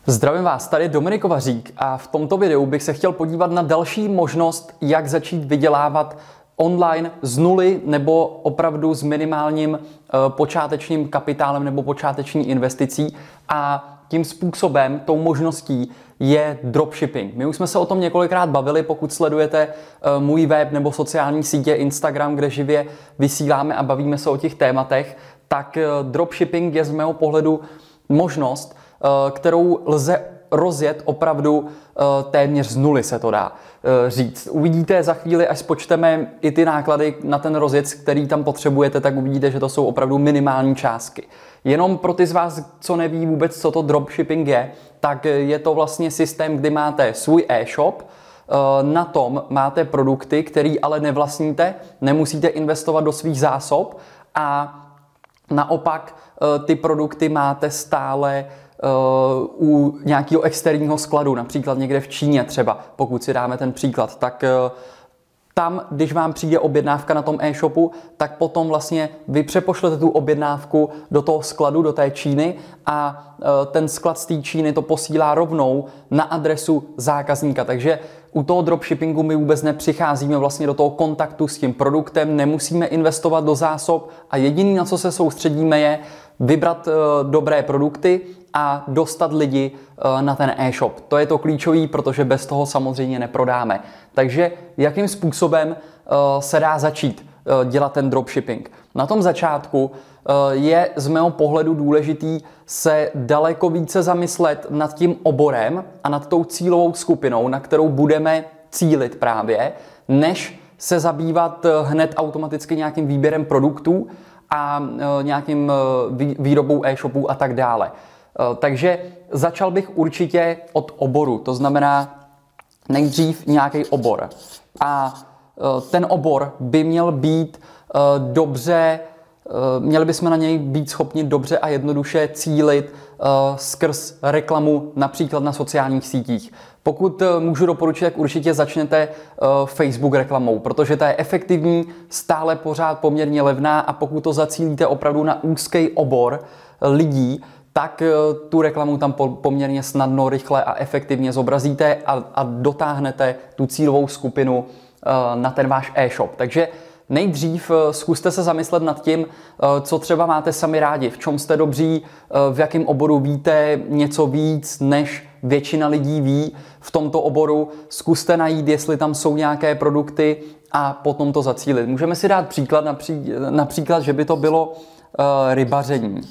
Zdravím vás, tady je Dominik Kovařík a v tomto videu bych se chtěl podívat na další možnost, jak začít vydělávat online z nuly nebo opravdu s minimálním počátečním kapitálem nebo počáteční investicí, a tím způsobem, tou možností je dropshipping. My už jsme se o tom několikrát bavili, pokud sledujete můj web nebo sociální sítě Instagram, kde živě vysíláme a bavíme se o těch tématech, tak dropshipping je z mého pohledu možnost, kterou lze rozjet opravdu téměř z nuly, se to dá říct. Uvidíte za chvíli, až spočteme i ty náklady na ten rozjezd, který tam potřebujete, tak uvidíte, že to jsou opravdu minimální částky. Jenom pro ty z vás, co neví vůbec, co to dropshipping je, tak je to vlastně systém, kdy máte svůj e-shop, na tom máte produkty, které ale nevlastníte, nemusíte investovat do svých zásob a naopak ty produkty máte stále u nějakého externího skladu, například někde v Číně třeba, pokud si dáme ten příklad, tak tam, když vám přijde objednávka na tom e-shopu, tak potom vlastně vy přepošlete tu objednávku do toho skladu, do té Číny, a ten sklad z té Číny to posílá rovnou na adresu zákazníka. Takže u toho dropshippingu my vůbec nepřicházíme vlastně do toho kontaktu s tím produktem, nemusíme investovat do zásob a jediný, na co se soustředíme, je vybrat dobré produkty a dostat lidi na ten e-shop. To je to klíčové, protože bez toho samozřejmě neprodáme. Takže jakým způsobem se dá začít dělat ten dropshipping? Na tom začátku je z mého pohledu důležitý se daleko více zamyslet nad tím oborem a nad tou cílovou skupinou, na kterou budeme cílit právě, než se zabývat hned automaticky nějakým výběrem produktů a nějakým výrobou e-shopů a tak dále. Takže začal bych určitě od oboru, to znamená nejdřív nějaký obor. A ten obor by měl být dobře, měli bychom na něj být schopni dobře a jednoduše cílit skrz reklamu, například na sociálních sítích. Pokud můžu doporučit, tak určitě začněte Facebook reklamou, protože ta je efektivní, stále pořád poměrně levná, a pokud to zacílíte opravdu na úzký obor lidí, tak tu reklamu tam poměrně snadno, rychle a efektivně zobrazíte a dotáhnete tu cílovou skupinu na ten váš e-shop. Takže nejdřív zkuste se zamyslet nad tím, co třeba máte sami rádi, v čem jste dobří, v jakém oboru víte něco víc, než většina lidí ví v tomto oboru. Zkuste najít, jestli tam jsou nějaké produkty a potom to zacílit. Můžeme si dát příklad, například, že by to bylo rybaření.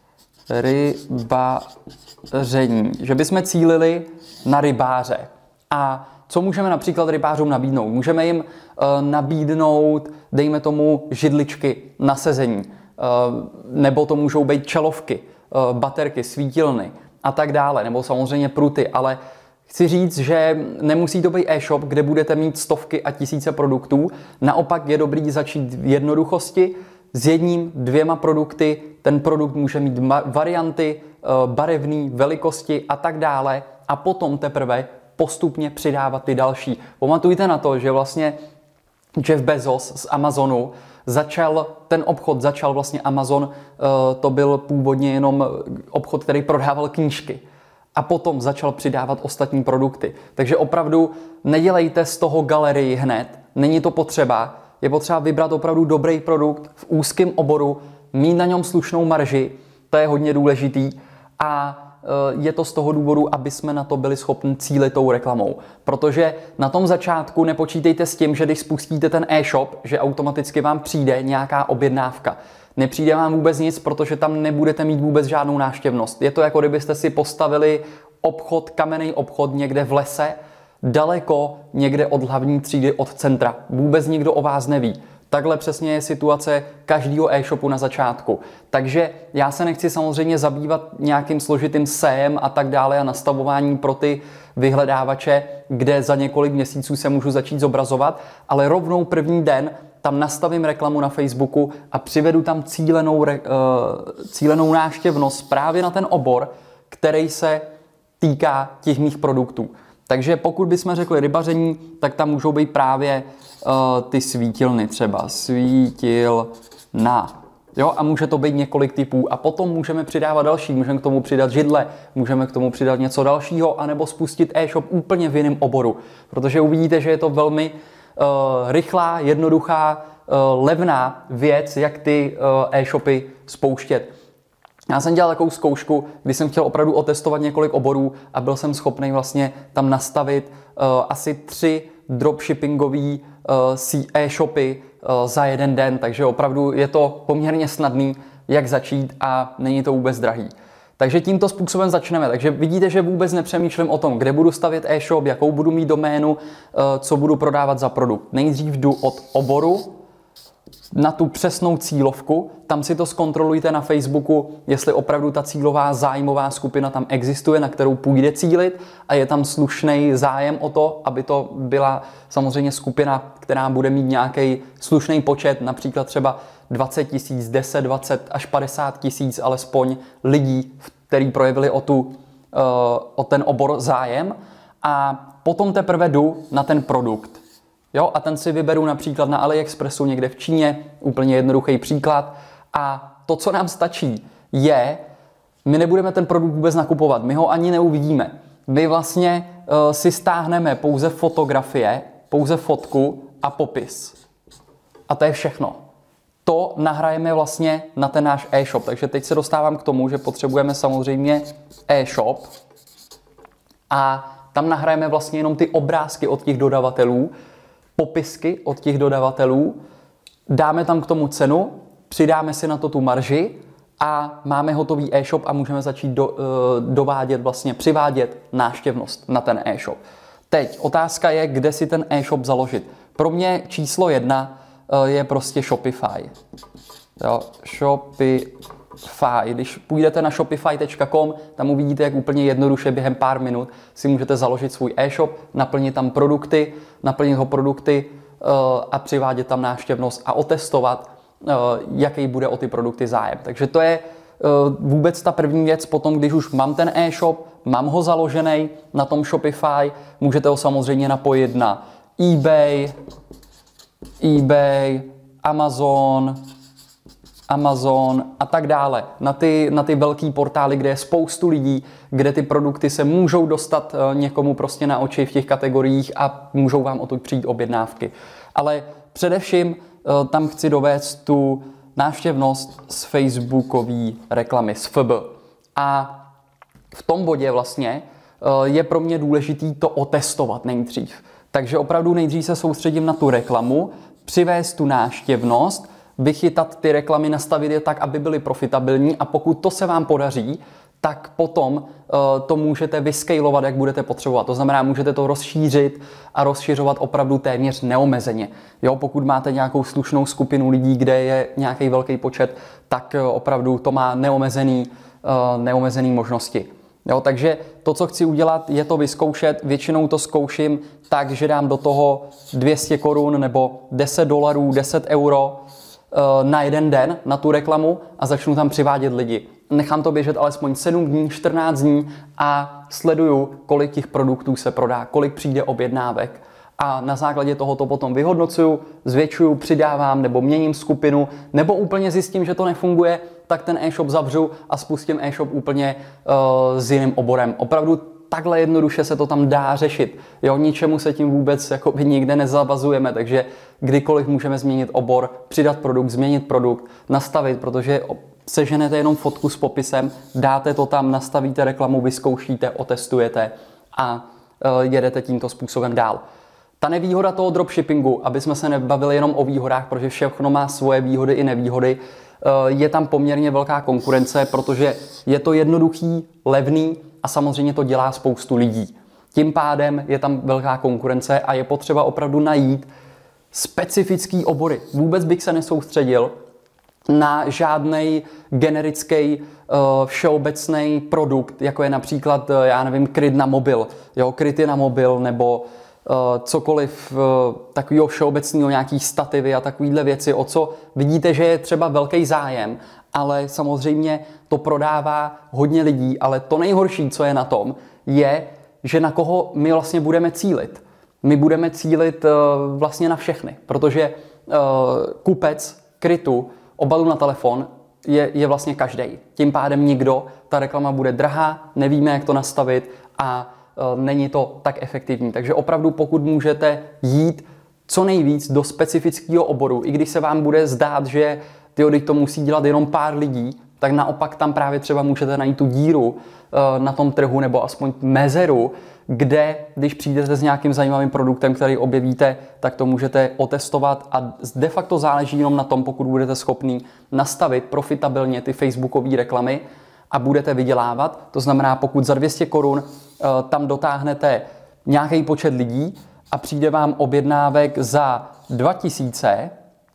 Že bychom cílili na rybáře. A co můžeme například rybářům nabídnout? Můžeme jim nabídnout, dejme tomu, židličky na sezení, nebo to můžou být čelovky, baterky, svítilny a tak dále, nebo samozřejmě pruty, ale chci říct, že nemusí to být e-shop, kde budete mít stovky a tisíce produktů. Naopak je dobrý začít v jednoduchosti s jedním, dvěma produkty. Ten produkt může mít varianty, barevné, velikosti a tak dále, a potom teprve postupně přidávat ty další. Pamatujte na to, že vlastně Jeff Bezos z Amazonu ten obchod začal vlastně Amazon, to byl původně jenom obchod, který prodával knížky, a potom začal přidávat ostatní produkty. Takže opravdu nedělejte z toho galerii hned, není to potřeba. Je potřeba vybrat opravdu dobrý produkt v úzkém oboru, mít na něm slušnou marži, to je hodně důležitý, a je to z toho důvodu, aby jsme na to byli schopni cílit tou reklamou. Protože na tom začátku nepočítejte s tím, že když spustíte ten e-shop, že automaticky vám přijde nějaká objednávka. Nepřijde vám vůbec nic, protože tam nebudete mít vůbec žádnou návštěvnost. Je to jako kdybyste si postavili obchod, kamenný obchod někde v lese, daleko někde od hlavní třídy, od centra. Vůbec nikdo o vás neví. Takhle přesně je situace každého e-shopu na začátku. Takže já se nechci samozřejmě zabývat nějakým složitým SEM a tak dále a nastavování pro ty vyhledávače, kde za několik měsíců se můžu začít zobrazovat, ale rovnou první den tam nastavím reklamu na Facebooku a přivedu tam cílenou návštěvnost právě na ten obor, který se týká těch mých produktů. Takže pokud bychom řekli rybaření, tak tam můžou být právě ty svítilny třeba. Svítilna. Jo, a může to být několik typů a potom můžeme přidávat další, můžeme k tomu přidat židle, můžeme k tomu přidat něco dalšího, anebo spustit e-shop úplně v jiném oboru, protože uvidíte, že je to velmi rychlá, jednoduchá, levná věc, jak ty e-shopy spouštět. Já jsem dělal takovou zkoušku, kdy jsem chtěl opravdu otestovat několik oborů a byl jsem schopný vlastně tam nastavit asi 3 dropshippingové e-shopy za jeden den, takže opravdu je to poměrně snadný, jak začít a není to vůbec drahý. Takže tímto způsobem začneme. Takže vidíte, že vůbec nepřemýšlím o tom, kde budu stavět e-shop, jakou budu mít doménu, co budu prodávat za produkt. Nejdřív jdu od oboru na tu přesnou cílovku, tam si to zkontrolujte na Facebooku, jestli opravdu ta cílová zájmová skupina tam existuje, na kterou půjde cílit a je tam slušný zájem o to, aby to byla samozřejmě skupina, která bude mít nějaký slušný počet, například třeba 20 000, 10, 20 až 50 000 alespoň lidí, který projevili o ten obor zájem a potom teprve jdu na ten produkt. Jo, a ten si vyberu například na AliExpressu někde v Číně, úplně jednoduchý příklad. A to, co nám stačí, je, my nebudeme ten produkt vůbec nakupovat, my ho ani neuvidíme. My vlastně si stáhneme pouze fotografie, pouze fotku a popis. A to je všechno. To nahrajeme vlastně na ten náš e-shop. Takže teď se dostávám k tomu, že potřebujeme samozřejmě e-shop a tam nahrajeme vlastně jenom ty obrázky od těch dodavatelů, popisky od těch dodavatelů, dáme tam k tomu cenu, přidáme si na to tu marži a máme hotový e-shop a můžeme začít přivádět návštěvnost na ten e-shop. Teď otázka je, kde si ten e-shop založit. Pro mě číslo 1 je prostě Shopify. Jo, Shopify. Když půjdete na shopify.com, tam uvidíte, jak úplně jednoduše během pár minut si můžete založit svůj e-shop, naplnit ho produkty a přivádět tam návštěvnost a otestovat, jaký bude o ty produkty zájem. Takže to je vůbec ta první věc. Potom, když už mám ten e-shop, mám ho založený na tom Shopify, můžete ho samozřejmě napojit na eBay, Amazon a tak dále. Na ty velký portály, kde je spoustu lidí, kde ty produkty se můžou dostat někomu prostě na oči v těch kategoriích a můžou vám odtud přijít objednávky. Ale především tam chci dovést tu návštěvnost z facebookové reklamy, z FB. A v tom bodě vlastně je pro mě důležitý to otestovat nejdřív. Takže opravdu nejdřív se soustředím na tu reklamu, přivést tu návštěvnost, vychytat ty reklamy, nastavit je tak, aby byly profitabilní a pokud to se vám podaří, tak potom to můžete vyscalovat, jak budete potřebovat. To znamená, můžete to rozšířit a rozšiřovat opravdu téměř neomezeně. Jo, pokud máte nějakou slušnou skupinu lidí, kde je nějaký velký počet, tak opravdu to má neomezený možnosti. Jo, takže to, co chci udělat, je to vyzkoušet. Většinou to zkouším tak, že dám do toho 200 korun nebo $10, 10 euro na jeden den na tu reklamu a začnu tam přivádět lidi. Nechám to běžet alespoň 7 dní, 14 dní a sleduju, kolik těch produktů se prodá, kolik přijde objednávek. A na základě toho to potom vyhodnocuju, zvětšuju, přidávám nebo měním skupinu, nebo úplně zjistím, že to nefunguje, tak ten e-shop zavřu a spustím e-shop úplně s jiným oborem. Opravdu takhle jednoduše se to tam dá řešit. Jo, ničemu se tím vůbec jakoby nikde nezavazujeme, takže kdykoliv můžeme změnit obor, přidat produkt, změnit produkt, nastavit, protože seženete jenom fotku s popisem, dáte to tam, nastavíte reklamu, vyzkoušíte, otestujete a jedete tímto způsobem dál. Ta nevýhoda toho dropshippingu, aby jsme se nebavili jenom o výhodách, protože všechno má svoje výhody i nevýhody, je tam poměrně velká konkurence, protože je to jednoduchý, levný a samozřejmě to dělá spoustu lidí. Tím pádem je tam velká konkurence a je potřeba opravdu najít specifický obory. Vůbec bych se nesoustředil na žádnej generický všeobecný produkt, jako je například, já nevím, kryt na mobil, jo, kryty na mobil nebo cokoliv takového všeobecného, nějaký stativy a takovéhle věci, o co vidíte, že je třeba velký zájem, ale samozřejmě to prodává hodně lidí, ale to nejhorší, co je na tom, je, že na koho my vlastně budeme cílit. My budeme cílit vlastně na všechny, protože kupec krytu obalu na telefon je vlastně každý. Tím pádem nikdo, ta reklama bude drahá, nevíme, jak to nastavit a není to tak efektivní. Takže opravdu pokud můžete jít co nejvíc do specifického oboru, i když se vám bude zdát, že teď to musí dělat jenom pár lidí, tak naopak tam právě třeba můžete najít tu díru na tom trhu nebo aspoň mezeru, kde, když přijdete s nějakým zajímavým produktem, který objevíte, tak to můžete otestovat a de facto záleží jenom na tom, pokud budete schopný nastavit profitabilně ty facebookové reklamy a budete vydělávat. To znamená, pokud za 200 korun tam dotáhnete nějaký počet lidí a přijde vám objednávek za 2000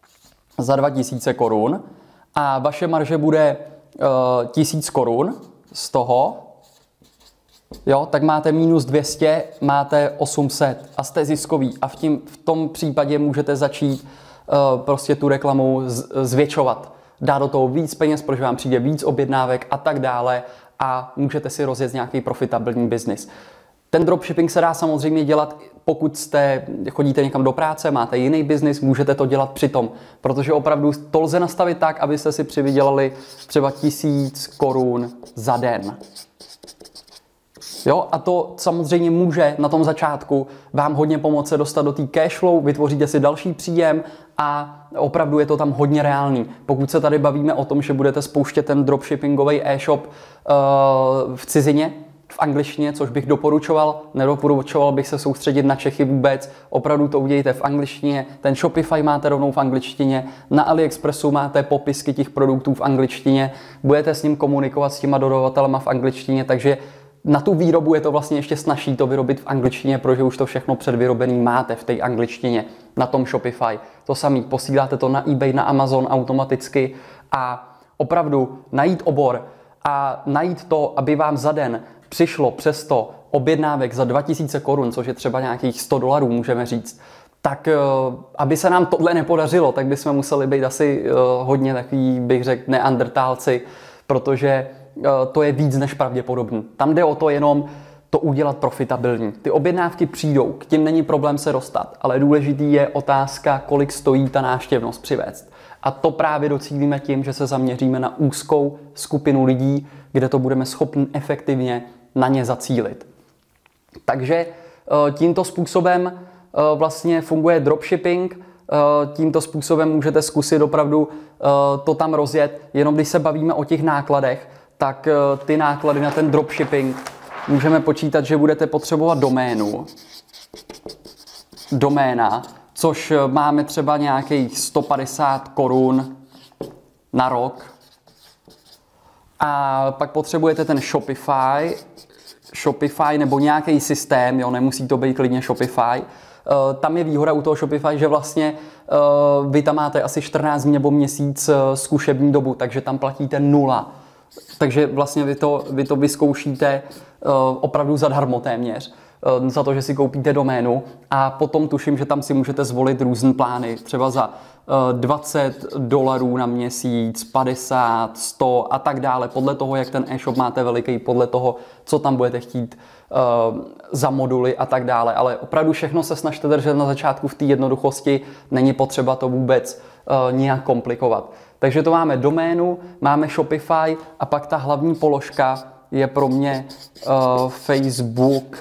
korun a vaše marže bude 1000 korun z toho, jo, tak máte minus 200, máte 800 a jste ziskový a v tom případě můžete začít prostě tu reklamu zvětšovat. Dát do toho víc peněz, protože vám přijde víc objednávek a tak dále a můžete si rozjet nějaký profitabilní biznis. Ten dropshipping se dá samozřejmě dělat, pokud chodíte někam do práce, máte jiný biznis, můžete to dělat přitom, protože opravdu to lze nastavit tak, abyste si přivydělali třeba 1000 korun za den. Jo, a to samozřejmě může na tom začátku vám hodně pomoct se dostat do té cashflow, vytvoříte si další příjem a opravdu je to tam hodně reálný. Pokud se tady bavíme o tom, že budete spouštět ten dropshippingový e-shop v cizině, v angličtině, což bych doporučoval, nedoporučoval bych se soustředit na Čechy vůbec, opravdu to udějte v angličtině, ten Shopify máte rovnou v angličtině, na AliExpressu máte popisky těch produktů v angličtině, budete s ním komunikovat s těma dodavatelema v angličtině, takže na tu výrobu je to vlastně ještě snazší to vyrobit v angličtině, protože už to všechno předvyrobený máte v té angličtině, na tom Shopify. To samý, posíláte to na eBay, na Amazon automaticky a opravdu najít obor a najít to, aby vám za den přišlo přesto objednávek za 2000 korun, což je třeba nějakých $100, můžeme říct, tak aby se nám tohle nepodařilo, tak bychom museli být asi hodně takový, bych řekl, neandertálci, protože to je víc než pravděpodobný. Tam jde o to jenom to udělat profitabilní. Ty objednávky přijdou, k tím není problém se dostat, ale důležitý je otázka, kolik stojí ta návštěvnost přivést. A to právě docílíme tím, že se zaměříme na úzkou skupinu lidí, kde to budeme schopni efektivně na ně zacílit. Takže tímto způsobem vlastně funguje dropshipping, tímto způsobem můžete zkusit opravdu to tam rozjet, jenom když se bavíme o těch nákladech, tak ty náklady na ten dropshipping můžeme počítat, že budete potřebovat doména, což máme třeba nějakých 150 korun na rok. A pak potřebujete ten Shopify nebo nějaký systém, jo, nemusí to být klidně Shopify. Tam je výhoda u toho Shopify, že vlastně vy tam máte asi 14 dní nebo měsíc zkušební dobu, takže tam platíte 0. Takže vlastně vy to vyzkoušíte opravdu zadarmo téměř, za to, že si koupíte doménu a potom tuším, že tam si můžete zvolit různé plány, třeba za $20 na měsíc, 50, 100 a tak dále, podle toho, jak ten e-shop máte veliký, podle toho, co tam budete chtít za moduly a tak dále, ale opravdu všechno se snažte držet na začátku v té jednoduchosti, není potřeba to vůbec nijak komplikovat. Takže to máme doménu, máme Shopify a pak ta hlavní položka je pro mě Facebook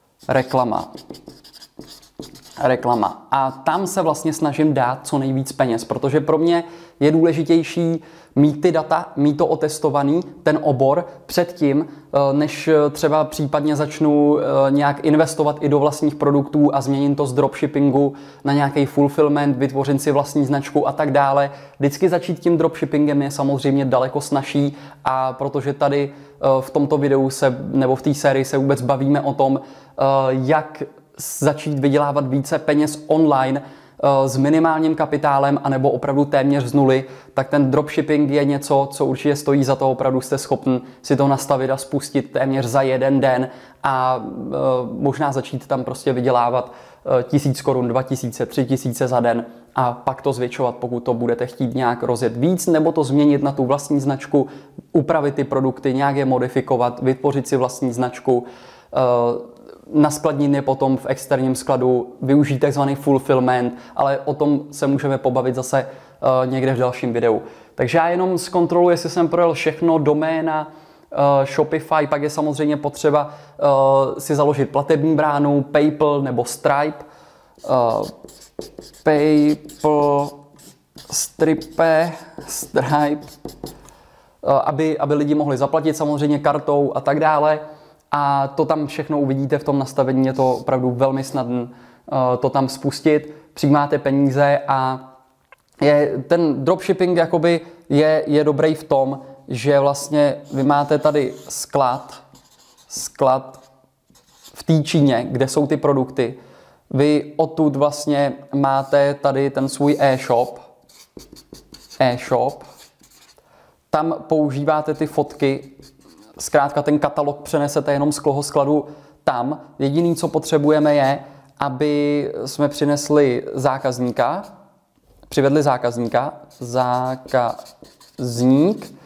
reklama. A tam se vlastně snažím dát co nejvíc peněz, protože pro mě je důležitější mít ty data, mít to otestovaný, ten obor předtím, než třeba případně začnu nějak investovat i do vlastních produktů a změním to z dropshippingu na nějaký fulfillment, vytvořím si vlastní značku a tak dále. Vždycky začít tím dropshippingem je samozřejmě daleko snazší a protože tady v tomto videu nebo v té sérii se vůbec bavíme o tom, jak začít vydělávat více peněz online s minimálním kapitálem anebo opravdu téměř z nuly, tak ten dropshipping je něco, co určitě stojí za to, opravdu jste schopni si to nastavit a spustit téměř za jeden den a možná začít tam prostě vydělávat 1000 korun, 2000, 3000 za den a pak to zvětšovat, pokud to budete chtít nějak rozjet víc, nebo to změnit na tu vlastní značku, upravit ty produkty, nějak je modifikovat, vytvořit si vlastní značku, naskladnit je potom v externím skladu, využít takzvaný fulfillment, ale o tom se můžeme pobavit zase někde v dalším videu. Takže já jenom zkontroluji, jestli jsem projel všechno, doména, Shopify, pak je samozřejmě potřeba si založit platební bránu, PayPal nebo Stripe. PayPal, Stripe, aby lidi mohli zaplatit samozřejmě kartou a tak dále. A to tam všechno uvidíte v tom nastavení, je to opravdu velmi snadné to tam spustit. Přijímáte peníze a ten dropshipping jakoby je dobrý v tom, že vlastně vy máte tady sklad v té Číně, kde jsou ty produkty. Vy odtud vlastně máte tady ten svůj e-shop. Tam používáte ty fotky, zkrátka ten katalog přenesete jenom z toho skladu tam. Jediné, co potřebujeme je, aby jsme přivedli zákazník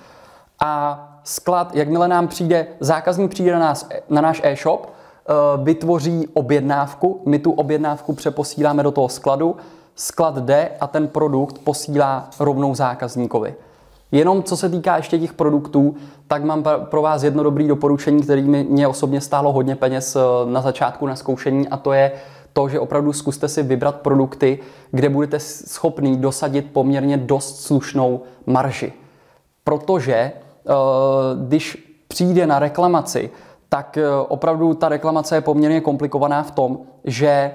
a sklad, jakmile nám přijde, zákazník přijde na náš e-shop, vytvoří objednávku, my tu objednávku přeposíláme do toho skladu, sklad jde a ten produkt posílá rovnou zákazníkovi. Jenom co se týká ještě těch produktů, tak mám pro vás jedno dobré doporučení, které mě osobně stálo hodně peněz na začátku na zkoušení, a to je to, že opravdu zkuste si vybrat produkty, kde budete schopný dosadit poměrně dost slušnou marži. Protože když přijde na reklamaci, tak opravdu ta reklamace je poměrně komplikovaná v tom, že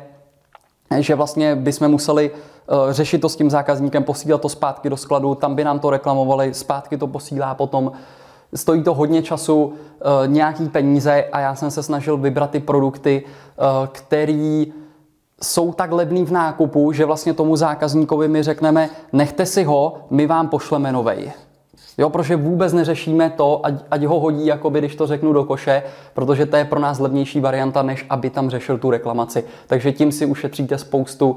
vlastně bychom museli řešit to s tím zákazníkem, posílat to zpátky do skladu, tam by nám to reklamovali, zpátky to posílá potom. Stojí to hodně času, nějaký peníze a já jsem se snažil vybrat ty produkty, které jsou tak levný v nákupu, že vlastně tomu zákazníkovi my řekneme, nechte si ho, my vám pošleme novej. Jo, protože vůbec neřešíme to, ať ho hodí, jakoby, když to řeknu, do koše, protože to je pro nás levnější varianta, než aby tam řešil tu reklamaci. Takže tím si ušetříte spoustu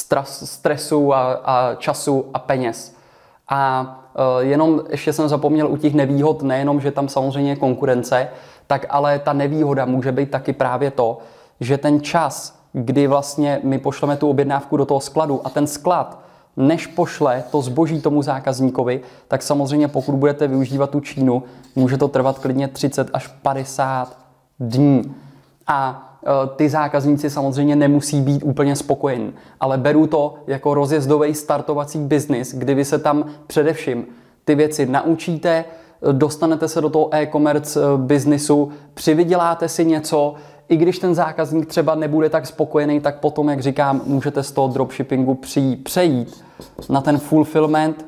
stresu a času a peněz. A jenom ještě jsem zapomněl u těch nevýhod, nejenom, že tam samozřejmě je konkurence, tak ale ta nevýhoda může být taky právě to, že ten čas, kdy vlastně my pošleme tu objednávku do toho skladu a ten sklad, než pošle to zboží tomu zákazníkovi, tak samozřejmě pokud budete využívat tu Čínu, může to trvat klidně 30 až 50 dní. A ty zákazníci samozřejmě nemusí být úplně spokojení, ale beru to jako rozjezdový startovací biznis, kdy vy se tam především ty věci naučíte, dostanete se do toho e-commerce biznisu, přivyděláte si něco, i když ten zákazník třeba nebude tak spokojený, tak potom, jak říkám, můžete z toho dropshippingu přejít na ten fulfillment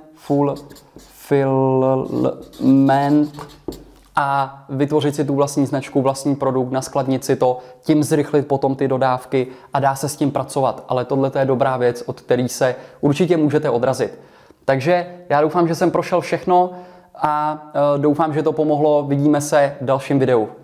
a vytvořit si tu vlastní značku, vlastní produkt, naskladnit si to, tím zrychlit potom ty dodávky a dá se s tím pracovat. Ale tohle je dobrá věc, od které se určitě můžete odrazit. Takže já doufám, že jsem prošel všechno a doufám, že to pomohlo. Vidíme se v dalším videu.